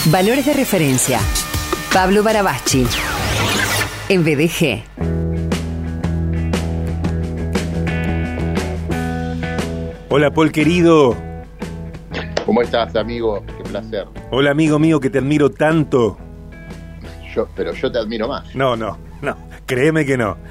Valores de referencia. Pablo Barabaschi. En BDG. Hola, Paul, querido. ¿Cómo estás, amigo? Qué placer. Hola, amigo mío, que te admiro tanto. Pero yo te admiro más. No. Créeme que no.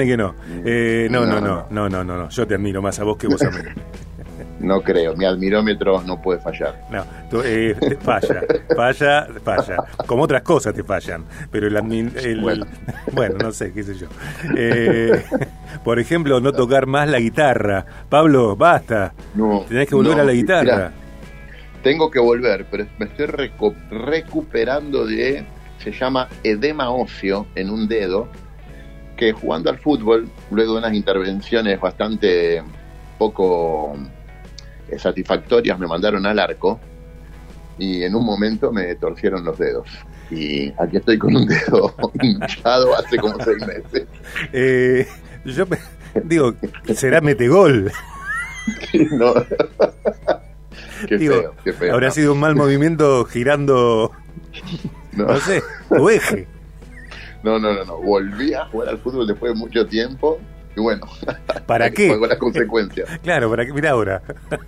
No. Yo te admiro más a vos que vos a mí. No creo. Mi admirómetro no puede fallar. No, falla. Como otras cosas te fallan. Pero bueno, no sé, qué sé yo. Por ejemplo, no tocar más la guitarra. Pablo, basta. No. Tenés que volver a la guitarra. Mirá, tengo que volver, pero me estoy recuperando de... Se llama edema óseo en un dedo, que jugando al fútbol, luego de unas intervenciones bastante poco satisfactorias, me mandaron al arco y en un momento me torcieron los dedos. Y aquí estoy con un dedo hinchado hace como 6 meses. Yo digo, será metegol. No. Qué feo. Habrá sido un mal movimiento girando... No sé, tu eje. No. Volví a jugar al fútbol después de mucho tiempo. Y bueno, ¿para qué? Con las consecuencias. Claro, ¿para qué? Mira ahora.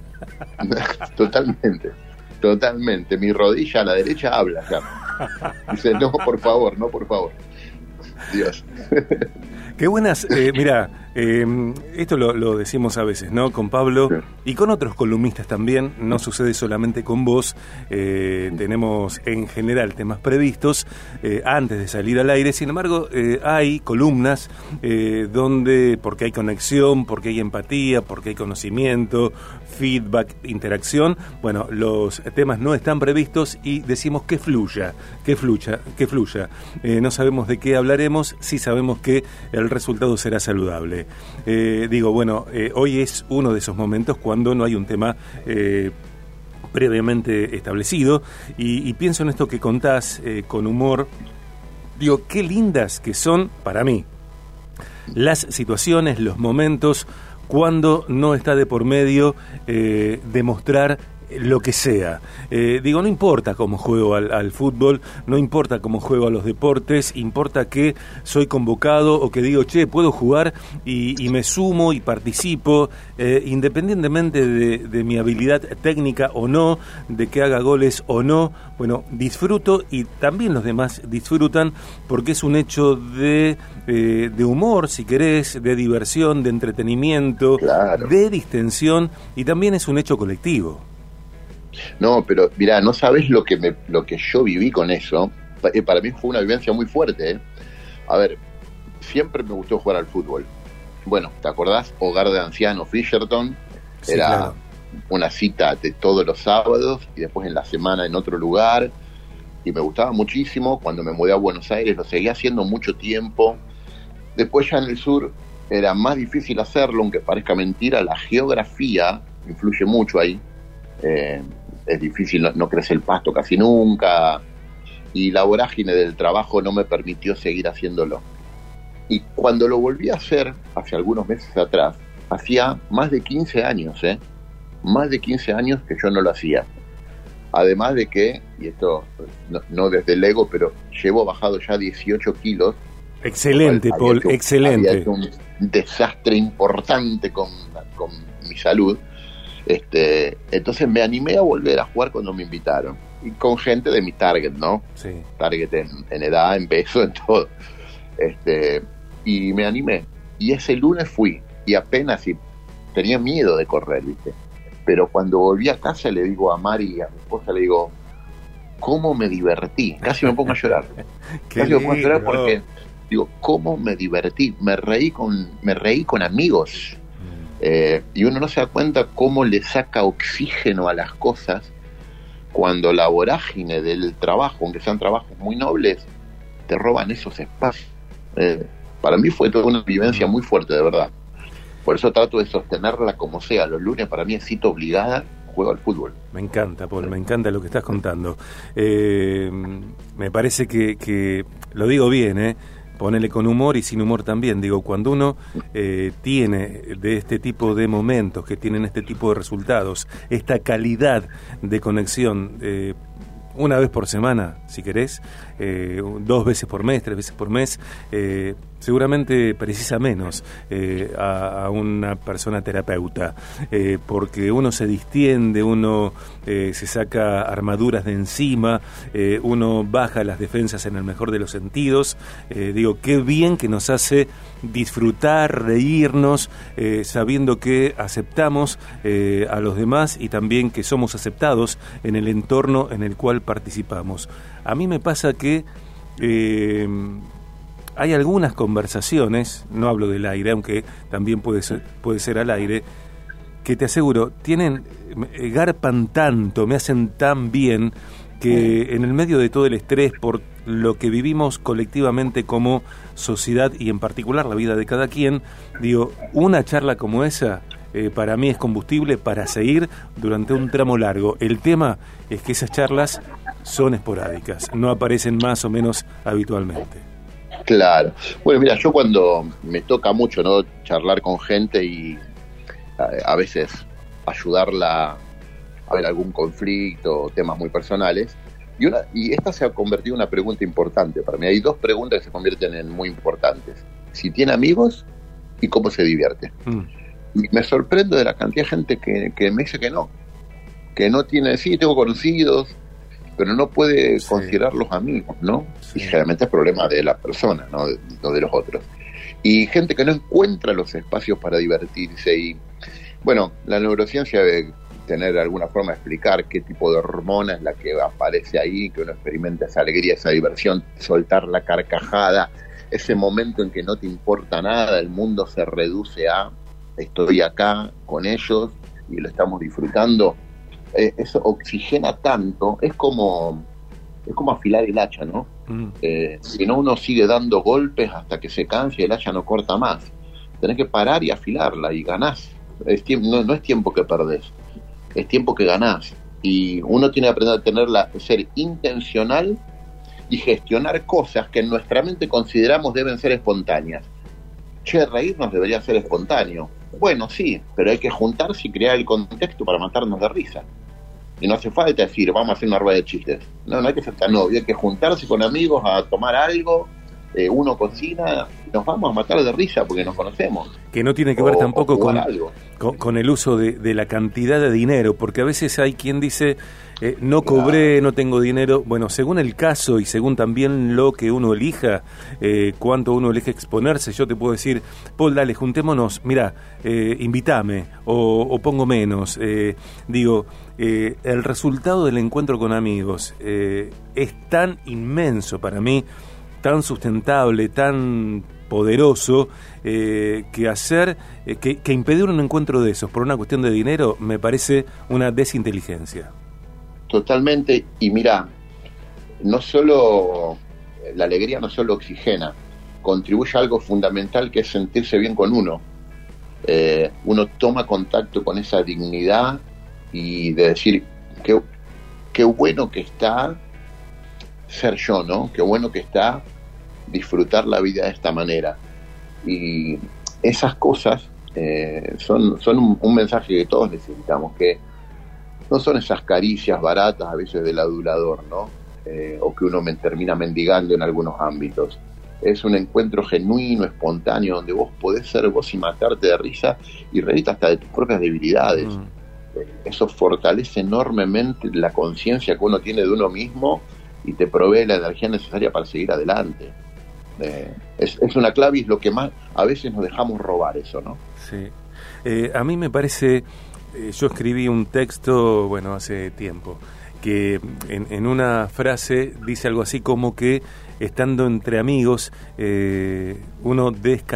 Totalmente. Mi rodilla a la derecha habla ya. Dice, no, por favor. Dios. Qué buenas, esto lo decimos a veces, ¿no? Con Pablo y con otros columnistas también, no sucede solamente con vos, tenemos en general temas previstos antes de salir al aire, sin embargo hay columnas donde, porque hay conexión, porque hay empatía, porque hay conocimiento, feedback, interacción, bueno, los temas no están previstos y decimos que fluya. No sabemos de qué hablaremos, sí sabemos que el resultado será saludable. Hoy es uno de esos momentos cuando no hay un tema previamente establecido y pienso en esto que contás con humor. Digo, qué lindas que son, para mí, las situaciones, los momentos cuando no está de por medio demostrar lo que sea. No importa cómo juego al fútbol, no importa cómo juego a los deportes, importa que soy convocado o que digo, puedo jugar y me sumo y participo, independientemente de mi habilidad técnica o no, de que haga goles o no. Bueno, disfruto y también los demás disfrutan porque es un hecho de humor, si querés, de diversión, de entretenimiento, claro, de distensión y también es un hecho colectivo. No, pero mirá, no sabés lo que yo viví con eso. Para mí fue una vivencia muy fuerte. A ver, siempre me gustó jugar al fútbol. Bueno, ¿te acordás? Hogar de Ancianos, Fisherton. Sí, era claro, una cita de todos los sábados y después en la semana en otro lugar. Y me gustaba muchísimo. Cuando me mudé a Buenos Aires lo seguía haciendo mucho tiempo. Después ya en el sur era más difícil hacerlo, aunque parezca mentira. La geografía influye mucho ahí. Es difícil, no crece el pasto casi nunca y la vorágine del trabajo no me permitió seguir haciéndolo. Y cuando lo volví a hacer hace algunos meses atrás, hacía más de 15 años más de 15 años que yo no lo hacía. Además de que, y esto no desde el ego, pero llevo bajado ya 18 kilos. Excelente, Paul, excelente. Había hecho un desastre importante con mi salud. Entonces me animé a volver a jugar cuando me invitaron y con gente de mi target, ¿no? Sí. Target en edad, en peso, en todo. Y me animé y ese lunes fui y apenas tenía miedo de correr, ¿viste? Pero cuando volví a casa le digo a Mari, a mi esposa, le digo, ¿cómo me divertí? Casi me pongo a llorar. Casi me pongo a llorar porque digo, ¿cómo me divertí? Me reí con amigos. Y uno no se da cuenta cómo le saca oxígeno a las cosas cuando la vorágine del trabajo, aunque sean trabajos muy nobles, te roban esos espacios. Para mí fue toda una vivencia muy fuerte, de verdad. Por eso trato de sostenerla como sea. Los lunes para mí es cita obligada, juego al fútbol. Me encanta, Paul, me encanta lo que estás contando. Me parece que lo digo bien, ponele con humor y sin humor también. Digo, cuando uno tiene de este tipo de momentos, que tienen este tipo de resultados, esta calidad de conexión una vez por semana, si querés, 2 veces por mes, 3 veces por mes, seguramente precisa menos a una persona terapeuta, porque uno se distiende, uno se saca armaduras de encima, uno baja las defensas en el mejor de los sentidos. Digo, qué bien que nos hace disfrutar, reírnos, sabiendo que aceptamos a los demás y también que somos aceptados en el entorno en el cual participamos. A mí me pasa que hay algunas conversaciones, no hablo del aire, aunque también puede ser al aire, que te aseguro, garpan tanto, me hacen tan bien, que en el medio de todo el estrés por lo que vivimos colectivamente como sociedad y en particular la vida de cada quien, digo, una charla como esa para mí es combustible para seguir durante un tramo largo. El tema es que esas charlas son esporádicas, no aparecen más o menos habitualmente. Claro. Bueno, mira, yo cuando me toca mucho, ¿no?, charlar con gente y a veces ayudarla a ver algún conflicto, temas muy personales, y esta se ha convertido en una pregunta importante para mí. Hay 2 preguntas que se convierten en muy importantes: si tiene amigos y cómo se divierte. Y me sorprendo de la cantidad de gente que me dice que no tiene, sí, tengo conocidos, pero no puede considerarlos amigos, ¿no? Sí. Y generalmente es problema de la persona, no de los otros. Y gente que no encuentra los espacios para divertirse. Y bueno, la neurociencia debe tener alguna forma de explicar qué tipo de hormona es la que aparece ahí, que uno experimenta esa alegría, esa diversión, soltar la carcajada, ese momento en que no te importa nada, el mundo se reduce a estoy acá con ellos y lo estamos disfrutando. Eso oxigena tanto, es como afilar el hacha, ¿no? Si no, uno sigue dando golpes hasta que se canse y el hacha no corta más. Tenés que parar y afilarla y ganás. No es tiempo que perdés, es tiempo que ganás. Y uno tiene que aprender a ser intencional y gestionar cosas que en nuestra mente consideramos deben ser espontáneas. Che, reírnos debería ser espontáneo. Bueno, sí, pero hay que juntarse y crear el contexto para matarnos de risa. Y no hace falta decir, vamos a hacer una rueda de chistes. No hay que ser tan obvio, hay que juntarse con amigos a tomar algo, uno cocina, nos vamos a matar de risa porque nos conocemos. Que no tiene que ver tampoco con el uso de la cantidad de dinero, porque a veces hay quien dice, no cobré, no tengo dinero. Bueno, según el caso y según también lo que uno elija, cuánto uno elige exponerse, yo te puedo decir, Paul, dale, juntémonos, mira, invítame, o pongo menos. El resultado del encuentro con amigos es tan inmenso para mí, tan sustentable, tan poderoso, que hacer, que impedir un encuentro de esos por una cuestión de dinero me parece una desinteligencia. Totalmente. Y mira, no solo la alegría no solo oxigena, contribuye a algo fundamental que es sentirse bien con uno. Uno toma contacto con esa dignidad y de decir qué bueno que está ser yo, ¿no? Qué bueno que está disfrutar la vida de esta manera. Y esas cosas son un mensaje que todos necesitamos, que no son esas caricias baratas a veces del adulador, ¿no? O que uno termina mendigando en algunos ámbitos. Es un encuentro genuino, espontáneo, donde vos podés ser vos y matarte de risa y reírte hasta de tus propias debilidades. Eso fortalece enormemente la conciencia que uno tiene de uno mismo y te provee la energía necesaria para seguir adelante. Es una clave y es lo que más a veces nos dejamos robar, eso, ¿no? Sí. A mí me parece, yo escribí un texto, bueno, hace tiempo, que en una frase dice algo así como que estando entre amigos uno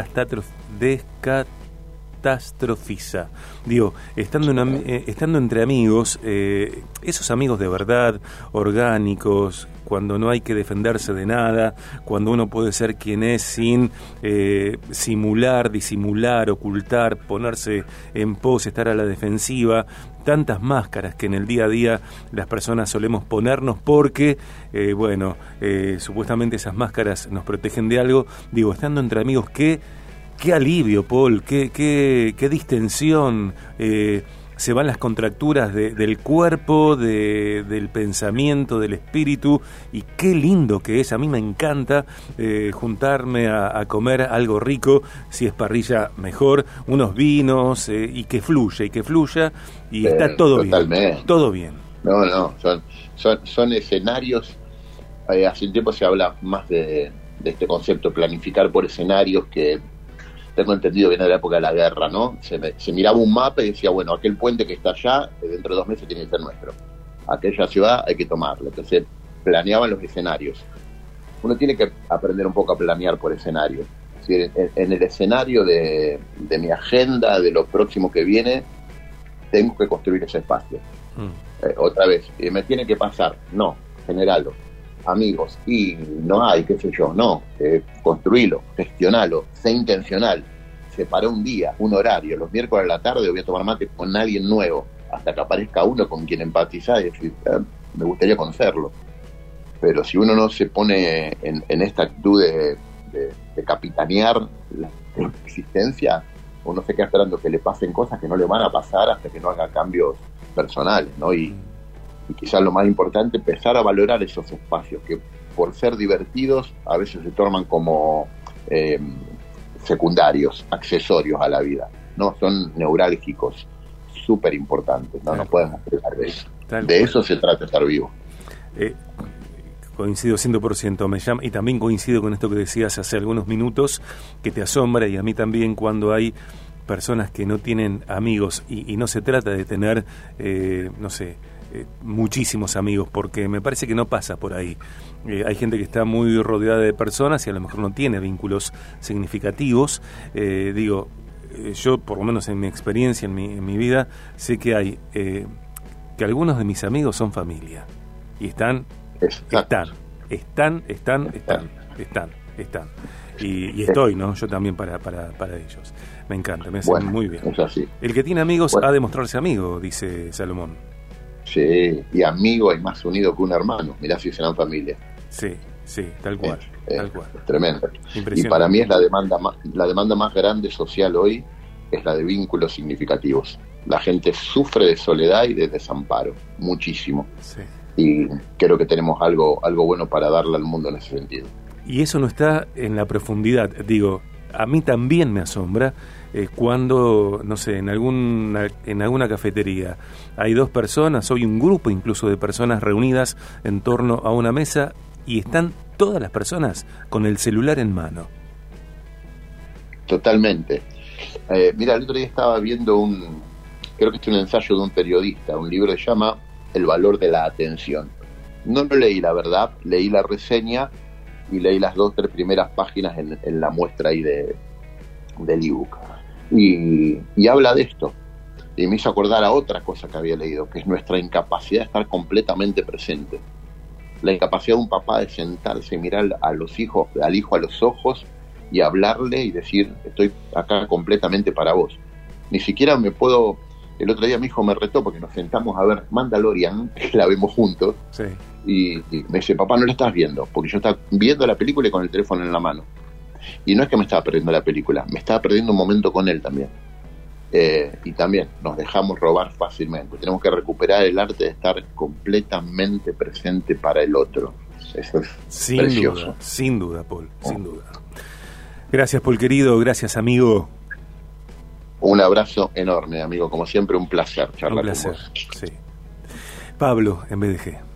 descatastrofiza. Digo, estando entre amigos, esos amigos de verdad, orgánicos, cuando no hay que defenderse de nada, cuando uno puede ser quien es sin simular, disimular, ocultar, ponerse en pos, estar a la defensiva, tantas máscaras que en el día a día las personas solemos ponernos porque, supuestamente esas máscaras nos protegen de algo. Digo, estando entre amigos, qué alivio, Paul, qué distensión, se van las contracturas del cuerpo, del pensamiento, del espíritu, y qué lindo que es. A mí me encanta juntarme a comer algo rico, si es parrilla mejor, unos vinos, y que fluya, y está todo totalmente bien, todo bien. No, son escenarios. Hace un tiempo se habla más de este concepto, planificar por escenarios, que tengo entendido que viene de la época de la guerra, ¿no? Se miraba un mapa y decía, bueno, aquel puente que está allá, dentro de 2 meses tiene que ser nuestro. Aquella ciudad hay que tomarla. Entonces planeaban los escenarios. Uno tiene que aprender un poco a planear por escenarios. Es decir, en el escenario de mi agenda, de lo próximo que viene, tengo que construir ese espacio. Otra vez, me tiene que pasar. No, generalo. Amigos, y no hay, qué sé yo, no, construílo, gestionalo, sé intencional, separa un día, un horario, los miércoles a la tarde voy a tomar mate con alguien nuevo, hasta que aparezca uno con quien empatizar y decir, me gustaría conocerlo. Pero si uno no se pone en esta actitud de capitanear la existencia, uno se queda esperando que le pasen cosas que no le van a pasar hasta que no haga cambios personales, ¿no? Y quizás lo más importante, empezar a valorar esos espacios que, por ser divertidos, a veces se tornan como secundarios, accesorios a la vida. No, son neurálgicos, súper importantes, no nos podemos privar de eso. De eso se trata estar vivo. Coincido 100%, me llama, y también coincido con esto que decías hace algunos minutos, que te asombra, y a mí también, cuando hay personas que no tienen amigos, y no se trata de tener, no sé, muchísimos amigos, porque me parece que no pasa por ahí. Hay gente que está muy rodeada de personas y a lo mejor no tiene vínculos significativos. Yo, por lo menos en mi experiencia, en mi vida, sé que hay que algunos de mis amigos son familia y están y estoy, ¿no? Yo también para ellos. Me encanta, me hacen muy bien. Es así. El que tiene amigos ha de mostrarse amigo, dice Salomón. Sí, y amigo es más unido que un hermano. Mirá si serán familia. Sí, tal cual. Tal cual. Es tremendo. Y para mí es la demanda más grande social hoy, es la de vínculos significativos. La gente sufre de soledad y de desamparo, muchísimo. Sí. Y creo que tenemos algo bueno para darle al mundo en ese sentido. Y eso no está en la profundidad. Digo, a mí también me asombra cuando, no sé, en alguna cafetería hay 2 personas, o hay un grupo incluso de personas reunidas en torno a una mesa y están todas las personas con el celular en mano. Totalmente. Mira, el otro día estaba viendo creo que es un ensayo de un periodista, un libro que se llama El valor de la atención. No lo leí, la verdad, leí la reseña y leí las 2 o 3 primeras páginas en la muestra ahí del ebook. Y habla de esto. Y me hizo acordar a otra cosa que había leído, que es nuestra incapacidad de estar completamente presente. La incapacidad de un papá de sentarse y mirar al hijo a los ojos y hablarle y decir, estoy acá completamente para vos. Ni siquiera me puedo... El otro día mi hijo me retó porque nos sentamos a ver Mandalorian, que la vemos juntos, sí. y me dice, papá, no la estás viendo, porque yo estaba viendo la película y con el teléfono en la mano. Y no es que me estaba perdiendo la película, me estaba perdiendo un momento con él también. Y también nos dejamos robar fácilmente. Tenemos que recuperar el arte de estar completamente presente para el otro. Eso es precioso. Sin duda, Paul, sin duda. Gracias, Paul, querido, gracias, amigo. Un abrazo enorme, amigo. Como siempre, un placer charlar con vos. Sí. Pablo, en BDG.